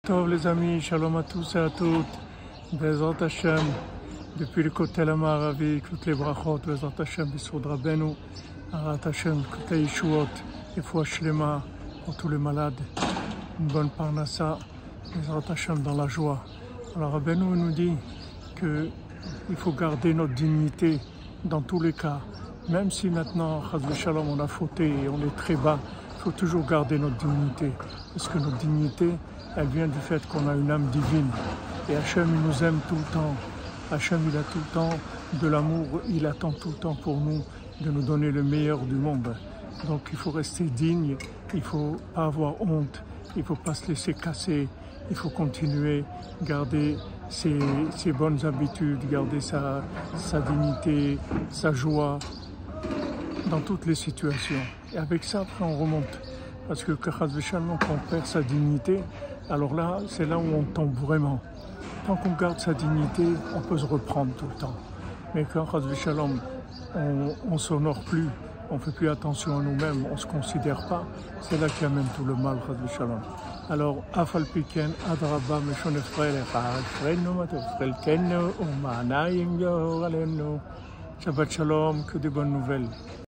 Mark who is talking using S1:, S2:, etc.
S1: Tov les amis, shalom à tous et à toutes. Bezrat Hashem, depuis le côté la Maravi, toutes les brachot, Bezrat Hashem, Bissoud Rabbeinu, Arat Hashem, côté Yeshuot, et foi Shlema pour tous les malades. Une bonne parnassa, Bezrat Hashem dans la joie. Alors Rabbeinu nous dit qu'il faut garder notre dignité dans tous les cas. Même si maintenant, Chas Shalom, on a fauté et on est très bas, il faut toujours garder notre dignité. Parce que notre dignité, elle vient du fait qu'on a une âme divine. Et Hachem, il nous aime tout le temps. Hachem, il a tout le temps de l'amour, il attend tout le temps pour nous de nous donner le meilleur du monde. Donc il faut rester digne, il ne faut pas avoir honte, il ne faut pas se laisser casser, il faut continuer, garder ses bonnes habitudes, garder sa dignité, sa joie dans toutes les situations. Et avec ça, après, on remonte. Parce que quand on perd sa dignité, alors là, c'est là où on tombe vraiment. Tant qu'on garde sa dignité, on peut se reprendre tout le temps. Mais quand on ne s'honore plus, on ne fait plus attention à nous-mêmes, on ne se considère pas, c'est là qui amène tout le mal. Alors, Afal Piken, Adraba, Meshon Efrel, Shabbat Shalom, que des bonnes nouvelles.